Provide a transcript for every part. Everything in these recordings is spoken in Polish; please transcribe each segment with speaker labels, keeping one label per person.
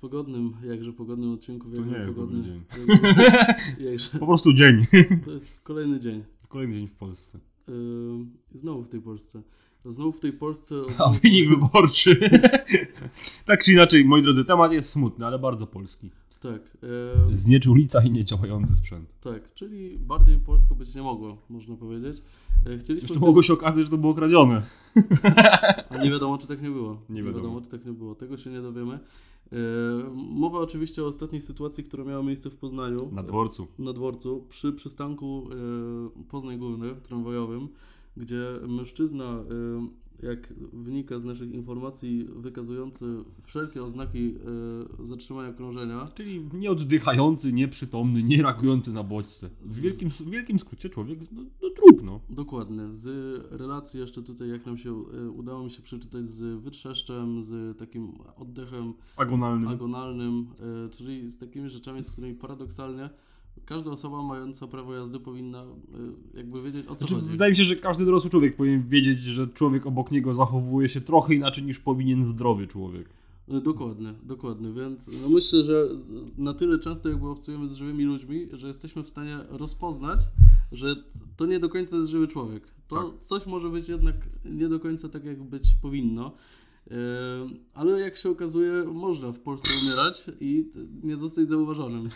Speaker 1: pogodnym, jakże pogodnym odcinku.
Speaker 2: To nie jest
Speaker 1: pogodny
Speaker 2: dzień.
Speaker 1: Jakże,
Speaker 2: Po prostu dzień.
Speaker 1: to jest kolejny dzień.
Speaker 2: Kolejny dzień w Polsce.
Speaker 1: Znowu w tej Polsce. Znowu w tej Polsce...
Speaker 2: A wynik wyborczy. Tak czy inaczej, moi drodzy, temat jest smutny, ale bardzo polski.
Speaker 1: Tak.
Speaker 2: Znieczulica i niedziałający sprzęt.
Speaker 1: Tak, czyli bardziej polsko być nie mogło, można powiedzieć.
Speaker 2: Jeszcze mogło się okazać, że to było kradzione.
Speaker 1: A nie wiadomo, czy tak nie było.
Speaker 2: Nie wiadomo,
Speaker 1: czy tak nie było. Tego się nie dowiemy. Mowa oczywiście o ostatniej sytuacji, która miała miejsce w Poznaniu. Na dworcu, przy przystanku Poznań Główny, tramwajowym, gdzie mężczyzna, jak wynika z naszych informacji, wykazujący wszelkie oznaki zatrzymania krążenia.
Speaker 2: Czyli nieoddychający, nieprzytomny, nie reagujący na bodźce. W wielkim skrócie człowiek, trup, no.
Speaker 1: Dokładnie. Z relacji jeszcze tutaj, jak nam się udało mi się przeczytać, z wytrzeszczem, z takim oddechem agonalnym, czyli z takimi rzeczami, z którymi paradoksalnie każda osoba mająca prawo jazdy powinna jakby wiedzieć, o co chodzi.
Speaker 2: Wydaje mi się, że każdy dorosły człowiek powinien wiedzieć, że człowiek obok niego zachowuje się trochę inaczej niż powinien zdrowy człowiek.
Speaker 1: Dokładnie, więc no myślę, że na tyle często jakby obcujemy z żywymi ludźmi, że jesteśmy w stanie rozpoznać, że to nie do końca jest żywy człowiek. To coś może być jednak nie do końca tak, jak być powinno. Ale jak się okazuje, można w Polsce umierać i nie zostać zauważonym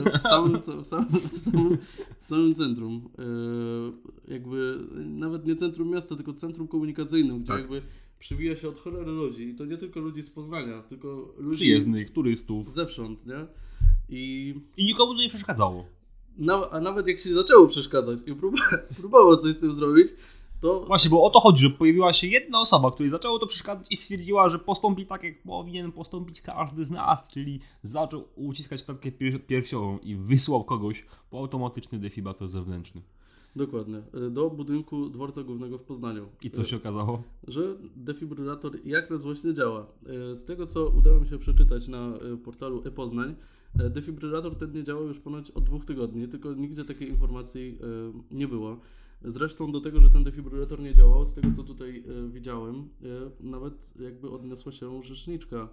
Speaker 1: w samym centrum. Jakby nawet nie centrum miasta, tylko centrum komunikacyjnym, gdzie jakby przywija się od cholery ludzi. I to nie tylko ludzi z Poznania, tylko ludzi
Speaker 2: przyjezdnych, turystów.
Speaker 1: Zewsząd, nie? I
Speaker 2: nikomu to nie przeszkadzało.
Speaker 1: A nawet jak się zaczęło przeszkadzać i próbowało coś z tym zrobić, to...
Speaker 2: Właśnie, bo o to chodzi, że pojawiła się jedna osoba, której zaczęło to przeszkadzać i stwierdziła, że postąpi tak, jak powinien postąpić każdy z nas, czyli zaczął uciskać klatkę piersiową i wysłał kogoś po automatyczny defibrator zewnętrzny.
Speaker 1: Dokładnie. Do budynku Dworca Głównego w Poznaniu.
Speaker 2: I co się okazało?
Speaker 1: Że defibrylator jak na złość nie działa. Z tego, co udało mi się przeczytać na portalu e-Poznań, defibrylator ten nie działał już ponoć od 2 tygodni, tylko nigdzie takiej informacji nie było. Zresztą do tego, że ten defibrylator nie działał, z tego co tutaj widziałem, nawet jakby odniosła się rzeczniczka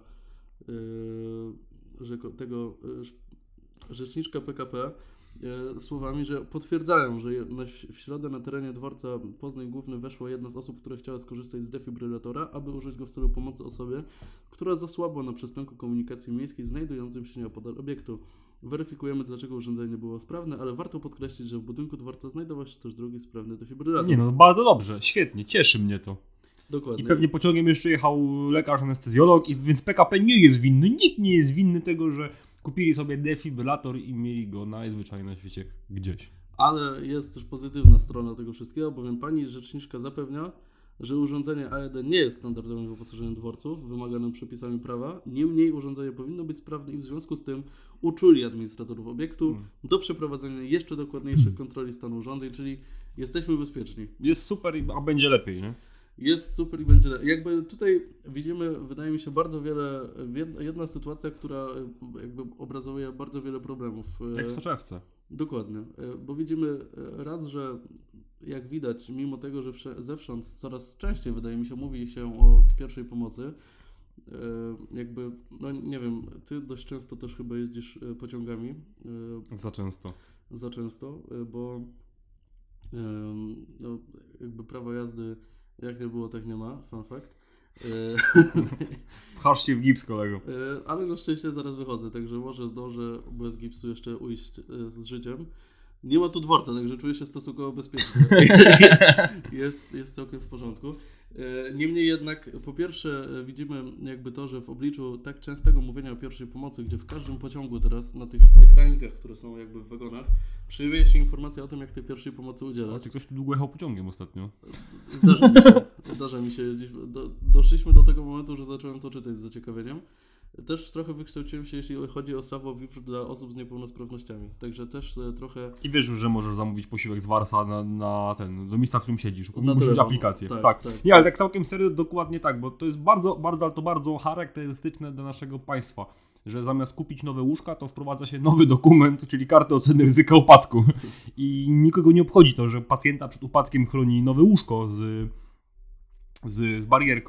Speaker 1: rzeczniczka PKP słowami, że potwierdzają, że w środę na terenie dworca Poznań Główny weszła jedna z osób, która chciała skorzystać z defibrylatora, aby użyć go w celu pomocy osobie, która zasłabła na przystanku komunikacji miejskiej znajdującym się nieopodal obiektu. Weryfikujemy, dlaczego urządzenie nie było sprawne, ale warto podkreślić, że w budynku dworca znajdował się też drugi sprawny defibrylator.
Speaker 2: Nie no, bardzo dobrze, świetnie, cieszy mnie to.
Speaker 1: Dokładnie.
Speaker 2: I pewnie pociągiem jeszcze jechał lekarz anestezjolog, więc PKP nie jest winny, nikt nie jest winny tego, że kupili sobie defibrylator i mieli go najzwyczajniej na świecie gdzieś.
Speaker 1: Ale jest też pozytywna strona tego wszystkiego, bowiem pani rzeczniczka zapewnia, że urządzenie AED nie jest standardowym wyposażeniem dworców wymaganym przepisami prawa. Niemniej urządzenie powinno być sprawne i w związku z tym uczuli administratorów obiektu do przeprowadzenia jeszcze dokładniejszych kontroli stanu urządzeń, czyli jesteśmy bezpieczni.
Speaker 2: Jest super, a będzie lepiej, nie?
Speaker 1: Jest super i będzie lepiej. Jakby tutaj widzimy, wydaje mi się, bardzo wiele, jedna sytuacja, która jakby obrazuje bardzo wiele problemów.
Speaker 2: Jak w soczewce.
Speaker 1: Dokładnie, bo widzimy raz, że jak widać, mimo tego, że zewsząd coraz częściej, wydaje mi się, mówi się o pierwszej pomocy, jakby, no nie wiem, ty dość często też chyba jeździsz pociągami.
Speaker 2: Za często,
Speaker 1: bo no, jakby prawo jazdy jak nie było, tak nie ma, fun fact.
Speaker 2: Pchasz się w gips, kolego.
Speaker 1: Ale na szczęście zaraz wychodzę, także może zdążę bez gipsu jeszcze ujść z życiem. Nie ma tu dworca, także czuję się stosunkowo bezpiecznie. Jest całkiem w porządku. Niemniej jednak, po pierwsze widzimy jakby to, że w obliczu tak częstego mówienia o pierwszej pomocy, gdzie w każdym pociągu teraz na tych ekranikach, które są jakby w wagonach, przejawia się informacja o tym, jak tej pierwszej pomocy udzielać.
Speaker 2: Czy ktoś tu długo jechał pociągiem ostatnio?
Speaker 1: Zdarza mi się. Doszliśmy do tego momentu, że zacząłem to czytać z zaciekawieniem. Też trochę wykształciłem się, jeśli chodzi o savoir-vivre dla osób z niepełnosprawnościami. Także też trochę...
Speaker 2: I wiesz już, że możesz zamówić posiłek z Warsa do miejsca, w którym siedzisz. Musisz mieć aplikację. Tak. Nie, ale tak całkiem serio, dokładnie tak, bo to jest bardzo charakterystyczne dla naszego państwa, że zamiast kupić nowe łóżka, to wprowadza się nowy dokument, czyli kartę oceny ryzyka upadku. I nikogo nie obchodzi to, że pacjenta przed upadkiem chroni nowe łóżko z barierką,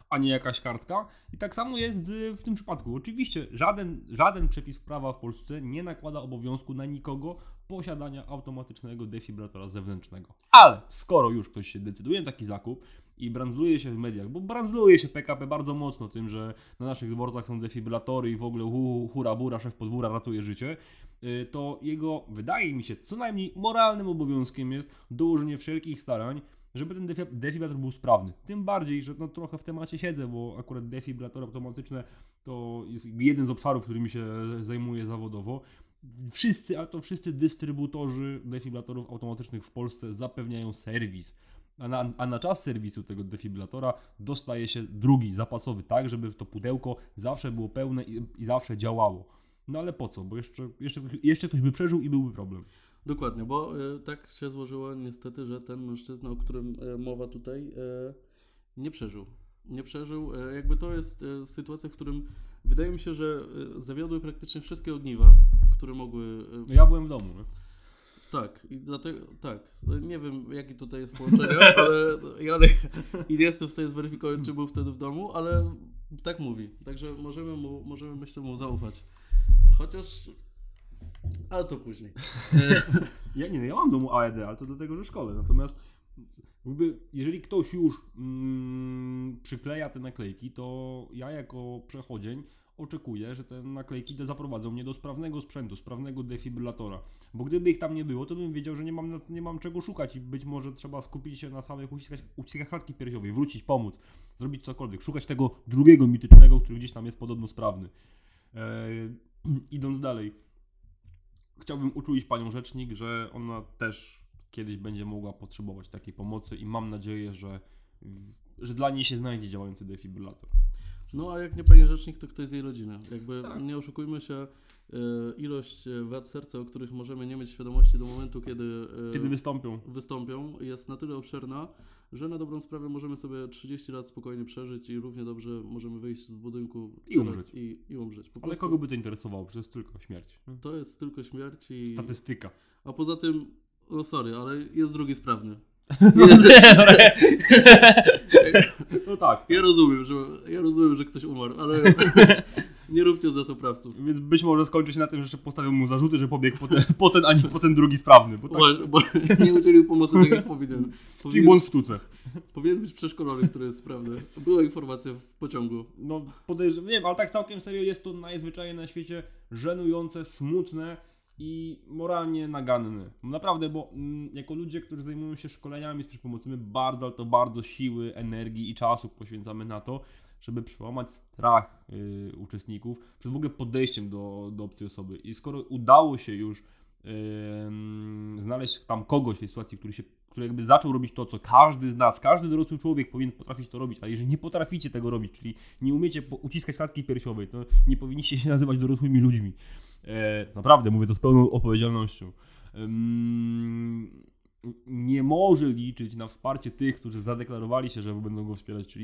Speaker 2: a nie jakaś kartka. I tak samo jest w tym przypadku. Oczywiście żaden przepis prawa w Polsce nie nakłada obowiązku na nikogo posiadania automatycznego defibrylatora zewnętrznego. Ale skoro już ktoś się decyduje na taki zakup i brandzluje się w mediach, bo brandzluje się PKP bardzo mocno tym, że na naszych dworcach są defibrylatory i w ogóle hura bura, szef podwóra ratuje życie, to jego, wydaje mi się, co najmniej moralnym obowiązkiem jest dołożenie wszelkich starań, żeby ten defibrylator był sprawny. Tym bardziej, że trochę w temacie siedzę, bo akurat defibrylator automatyczne to jest jeden z obszarów, którymi się zajmuję zawodowo. Wszyscy dystrybutorzy defibrylatorów automatycznych w Polsce zapewniają serwis. A na czas serwisu tego defibrylatora dostaje się drugi, zapasowy, tak, żeby to pudełko zawsze było pełne i zawsze działało. No ale po co? Bo jeszcze ktoś by przeżył i byłby problem.
Speaker 1: Dokładnie, bo tak się złożyło niestety, że ten mężczyzna, o którym mowa tutaj, nie przeżył. Nie przeżył. Jakby to jest sytuacja, w którym wydaje mi się, że zawiodły praktycznie wszystkie ogniwa, które mogły...
Speaker 2: No ja byłem w domu, nie?
Speaker 1: Tak, i dlatego, tak, nie wiem jaki tutaj jest połączenie, ale nie jestem w stanie zweryfikować, czy był wtedy w domu, ale tak mówi, także możemy myślę mu zaufać, chociaż, ale to później.
Speaker 2: Ja mam w domu AED, ale to dlatego, że szkole, natomiast jeżeli ktoś już przykleja te naklejki, to ja jako przechodzień oczekuję, że te naklejki zaprowadzą mnie do sprawnego sprzętu, sprawnego defibrylatora. Bo gdyby ich tam nie było, to bym wiedział, że nie mam czego szukać i być może trzeba skupić się na samych uciskach klatki piersiowej, wrócić, pomóc, zrobić cokolwiek, szukać tego drugiego mitycznego, który gdzieś tam jest podobno sprawny. Idąc dalej, chciałbym uczulić panią rzecznik, że ona też kiedyś będzie mogła potrzebować takiej pomocy i mam nadzieję, że dla niej się znajdzie działający defibrylator.
Speaker 1: No a jak nie pani rzecznik, to ktoś z jej rodziny. Jakby tak. Nie oszukujmy się, ilość wad serca, o których możemy nie mieć świadomości do momentu, kiedy wystąpią, jest na tyle obszerna, że na dobrą sprawę możemy sobie 30 lat spokojnie przeżyć i równie dobrze możemy wyjść z budynku i umrzeć.
Speaker 2: Ale kogo by to interesowało? Przecież to jest tylko śmierć.
Speaker 1: To jest tylko śmierć i...
Speaker 2: Statystyka.
Speaker 1: A poza tym, no sorry, ale jest drugi sprawny.
Speaker 2: No tak.
Speaker 1: Ja rozumiem, że ktoś umarł, ale nie róbcie zasoprawców.
Speaker 2: Więc być może skończy się na tym, że jeszcze postawią mu zarzuty, że pobiegł po ten drugi sprawny.
Speaker 1: Bo nie udzielił pomocy tak jak powinien.
Speaker 2: Czyli błąd w sztuce.
Speaker 1: Powinien być przeszkolony, który jest sprawny. Była informacja w pociągu.
Speaker 2: No podejrzewam, nie wiem, ale tak całkiem serio jest to najzwyczajniej na świecie żenujące, smutne i moralnie naganny. Naprawdę, bo jako ludzie, którzy zajmują się szkoleniami z pomocą, my bardzo siły, energii i czasu poświęcamy na to, żeby przełamać strach uczestników przed w ogóle podejściem do obcej osoby. I skoro udało się już znaleźć tam kogoś w tej sytuacji, który jakby zaczął robić to, co każdy z nas, każdy dorosły człowiek powinien potrafić to robić, a jeżeli nie potraficie tego robić, czyli nie umiecie uciskać klatki piersiowej, to nie powinniście się nazywać dorosłymi ludźmi. Naprawdę, mówię to z pełną odpowiedzialnością. Nie może liczyć na wsparcie tych, którzy zadeklarowali się, że będą go wspierać, czyli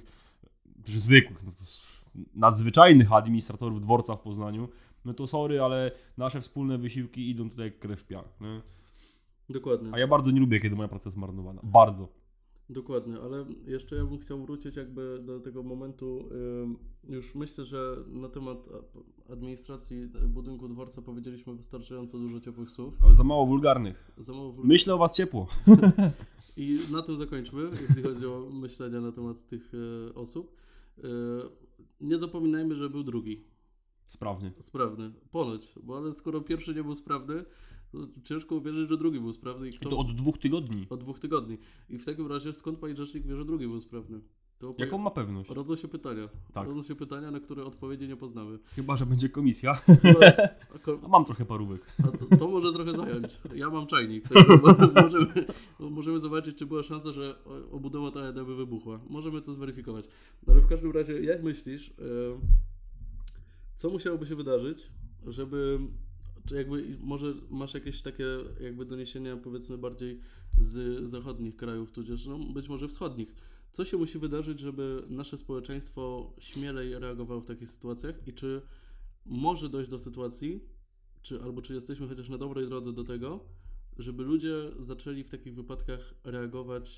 Speaker 2: nadzwyczajnych administratorów dworca w Poznaniu. No to sorry, ale nasze wspólne wysiłki idą tutaj jak krew w piach. Nie?
Speaker 1: Dokładnie.
Speaker 2: A ja bardzo nie lubię, kiedy moja praca jest zmarnowana. Bardzo.
Speaker 1: Dokładnie, ale jeszcze ja bym chciał wrócić jakby do tego momentu, już myślę, że na temat administracji budynku dworca powiedzieliśmy wystarczająco dużo ciepłych słów.
Speaker 2: Ale za mało wulgarnych. Myślę o was ciepło.
Speaker 1: I na tym zakończmy, jeśli chodzi o myślenie na temat tych osób. Nie zapominajmy, że był drugi. Sprawny. Ponoć, ale skoro pierwszy nie był sprawny, to ciężko uwierzyć, że drugi był sprawny.
Speaker 2: I to od 2 tygodni.
Speaker 1: Od 2 tygodni. I w takim razie skąd pani rzecznik wie, że drugi był sprawny?
Speaker 2: Jaką ma pewność?
Speaker 1: Rodzą się pytania.
Speaker 2: Tak.
Speaker 1: Rodzą się pytania, na które odpowiedzi nie poznamy.
Speaker 2: Chyba że będzie komisja. A mam trochę parówek.
Speaker 1: To może trochę zająć. Ja mam czajnik. Możemy zobaczyć, czy była szansa, że obudowa ta by wybuchła. Możemy to zweryfikować. Ale w każdym razie, jak myślisz, co musiałoby się wydarzyć, żeby... Czy jakby może masz jakieś takie jakby doniesienia, powiedzmy bardziej z zachodnich krajów, tudzież no być może wschodnich. Co się musi wydarzyć, żeby nasze społeczeństwo śmielej reagowało w takich sytuacjach i czy może dojść do sytuacji, czy jesteśmy chociaż na dobrej drodze do tego, żeby ludzie zaczęli w takich wypadkach reagować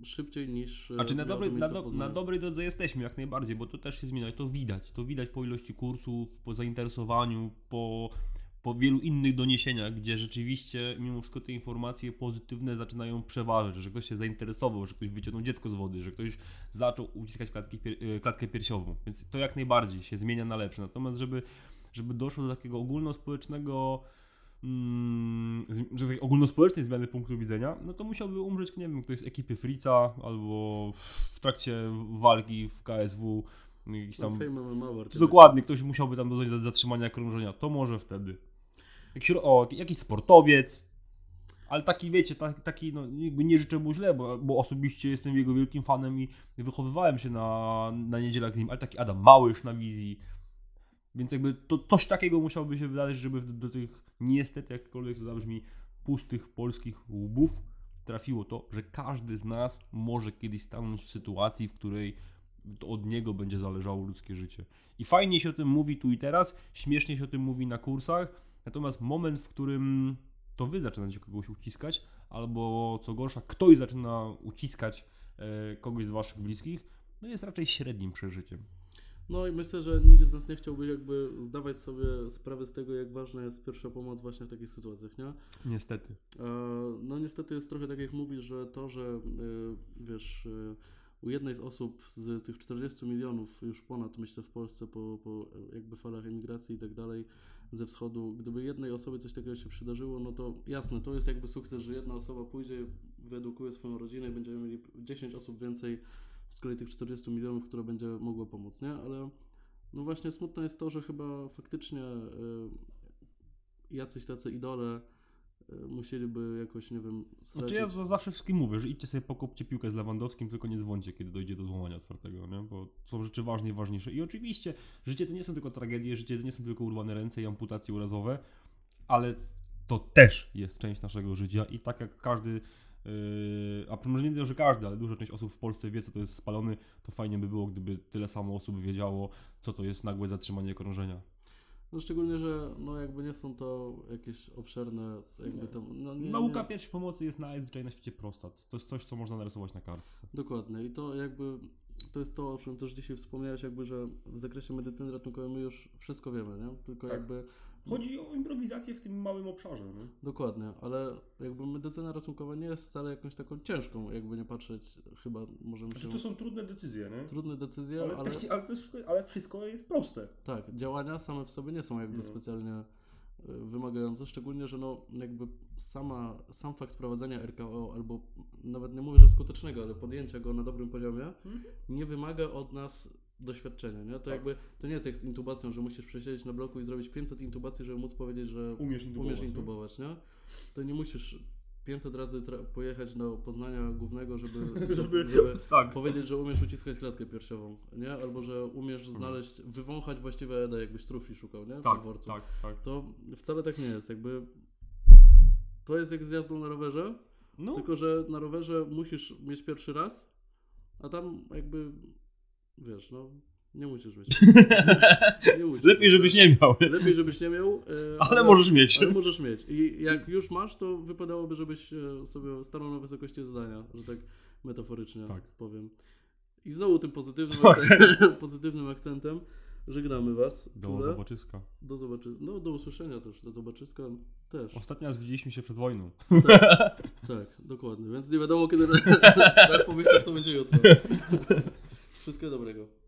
Speaker 1: szybciej niż...
Speaker 2: Znaczy na dobrej drodze jesteśmy jak najbardziej, bo to też się zmienia i to widać. To widać po ilości kursów, po zainteresowaniu, po wielu innych doniesieniach, gdzie rzeczywiście mimo wszystko te informacje pozytywne zaczynają przeważyć, że ktoś się zainteresował, że ktoś wyciągnął dziecko z wody, że ktoś zaczął uciskać klatkę piersiową, więc to jak najbardziej się zmienia na lepsze. Natomiast żeby doszło do takiego ogólnospołecznego ogólnospołecznej zmiany punktu widzenia, no to musiałby umrzeć, nie wiem, ktoś z ekipy Fritza albo w trakcie walki w KSW jakiś tam... Dokładnie, ktoś musiałby tam dodać zatrzymania krążenia, to może wtedy. Jakiś sportowiec, ale taki, wiecie, taki no nie życzę mu źle, bo osobiście jestem jego wielkim fanem i wychowywałem się na niedzielach z nim, ale taki Adam Małysz na wizji. Więc jakby to coś takiego musiałoby się wydarzyć, żeby do tych niestety, jakkolwiek to zabrzmi, pustych polskich łbów trafiło to, że każdy z nas może kiedyś stanąć w sytuacji, w której to od niego będzie zależało ludzkie życie. I fajnie się o tym mówi tu i teraz, śmiesznie się o tym mówi na kursach, natomiast moment, w którym to wy zaczynacie kogoś uciskać, albo co gorsza, ktoś zaczyna uciskać kogoś z waszych bliskich, no jest raczej średnim przeżyciem.
Speaker 1: No i myślę, że nikt z nas nie chciałby jakby zdawać sobie sprawę z tego, jak ważna jest pierwsza pomoc właśnie w takich sytuacjach, nie?
Speaker 2: Niestety.
Speaker 1: No niestety jest trochę tak jak mówisz, że to, że wiesz, u jednej z osób z tych 40 milionów już ponad, myślę, w Polsce po jakby falach emigracji i tak dalej ze wschodu, gdyby jednej osobie coś takiego się przydarzyło, no to jasne, to jest jakby sukces, że jedna osoba pójdzie, wyedukuje swoją rodzinę i będziemy mieli 10 osób więcej z kolei tych 40 milionów, które będzie mogło pomóc, nie? Ale no właśnie smutne jest to, że chyba faktycznie jacyś tacy idole musieliby jakoś, nie wiem,
Speaker 2: stracić. Znaczy ja zawsze wszystkim mówię, że idźcie sobie pokopcie piłkę z Lewandowskim, tylko nie dzwońcie, kiedy dojdzie do złamania otwartego, nie? Bo są rzeczy ważne i ważniejsze. I oczywiście życie to nie są tylko tragedie, życie to nie są tylko urwane ręce i amputacje urazowe, ale to też jest część naszego życia i tak jak każdy a może nie tylko, że każdy, ale duża część osób w Polsce wie, co to jest spalony, to fajnie by było, gdyby tyle samo osób wiedziało, co to jest nagłe zatrzymanie krążenia.
Speaker 1: No szczególnie, że no jakby nie są to jakieś obszerne jakby to... No
Speaker 2: Nauka pierwszej pomocy jest najzwyczajniej na świecie prosta. To jest coś, co można narysować na kartce.
Speaker 1: Dokładnie i to jakby to jest to, o czym też dzisiaj wspomniałeś, jakby, że w zakresie medycyny ratunkowej my już wszystko wiemy, nie? Tylko tak. Jakby...
Speaker 2: Chodzi o improwizację w tym małym obszarze. Nie?
Speaker 1: Dokładnie, ale jakby medycyna ratunkowa nie jest wcale jakąś taką ciężką, jakby nie patrzeć, chyba możemy się...
Speaker 2: To są trudne decyzje, nie?
Speaker 1: Trudne decyzje,
Speaker 2: ale wszystko jest proste.
Speaker 1: Tak, działania same w sobie nie są jakby specjalnie wymagające, szczególnie, że no jakby sam fakt prowadzenia RKO, albo nawet nie mówię, że skutecznego, ale podjęcia go na dobrym poziomie, nie wymaga od nas doświadczenia, nie? To tak. Jakby, to nie jest jak z intubacją, że musisz przesiedzieć na bloku i zrobić 500 intubacji, żeby móc powiedzieć, że umiesz intubować, nie? To nie musisz 500 razy pojechać do Poznania Głównego, żeby tak. powiedzieć, że umiesz uciskać klatkę piersiową, nie? Albo, że umiesz znaleźć, wywąchać właściwe ED, jakbyś trufli szukał, nie?
Speaker 2: Tak, tak.
Speaker 1: To wcale tak nie jest, jakby to jest jak z jazdą na rowerze, tylko, że na rowerze musisz mieć pierwszy raz, a tam jakby wiesz, no nie musisz mieć.
Speaker 2: Lepiej, żebyś nie miał.
Speaker 1: Lepiej, żebyś nie miał.
Speaker 2: Ale możesz mieć.
Speaker 1: Ale możesz mieć. I jak już masz, to wypadałoby, żebyś sobie stanął na wysokości zadania, że tak metaforycznie powiem. I znowu tym pozytywnym akcentem żegnamy Was.
Speaker 2: Do zobaczyska.
Speaker 1: Do usłyszenia też. Do zobaczyska też.
Speaker 2: Ostatni raz widzieliśmy się przed wojną.
Speaker 1: Tak, dokładnie. Więc nie wiadomo, kiedy strach pomyśleć, co będzie jutro. Wszystkiego dobrego.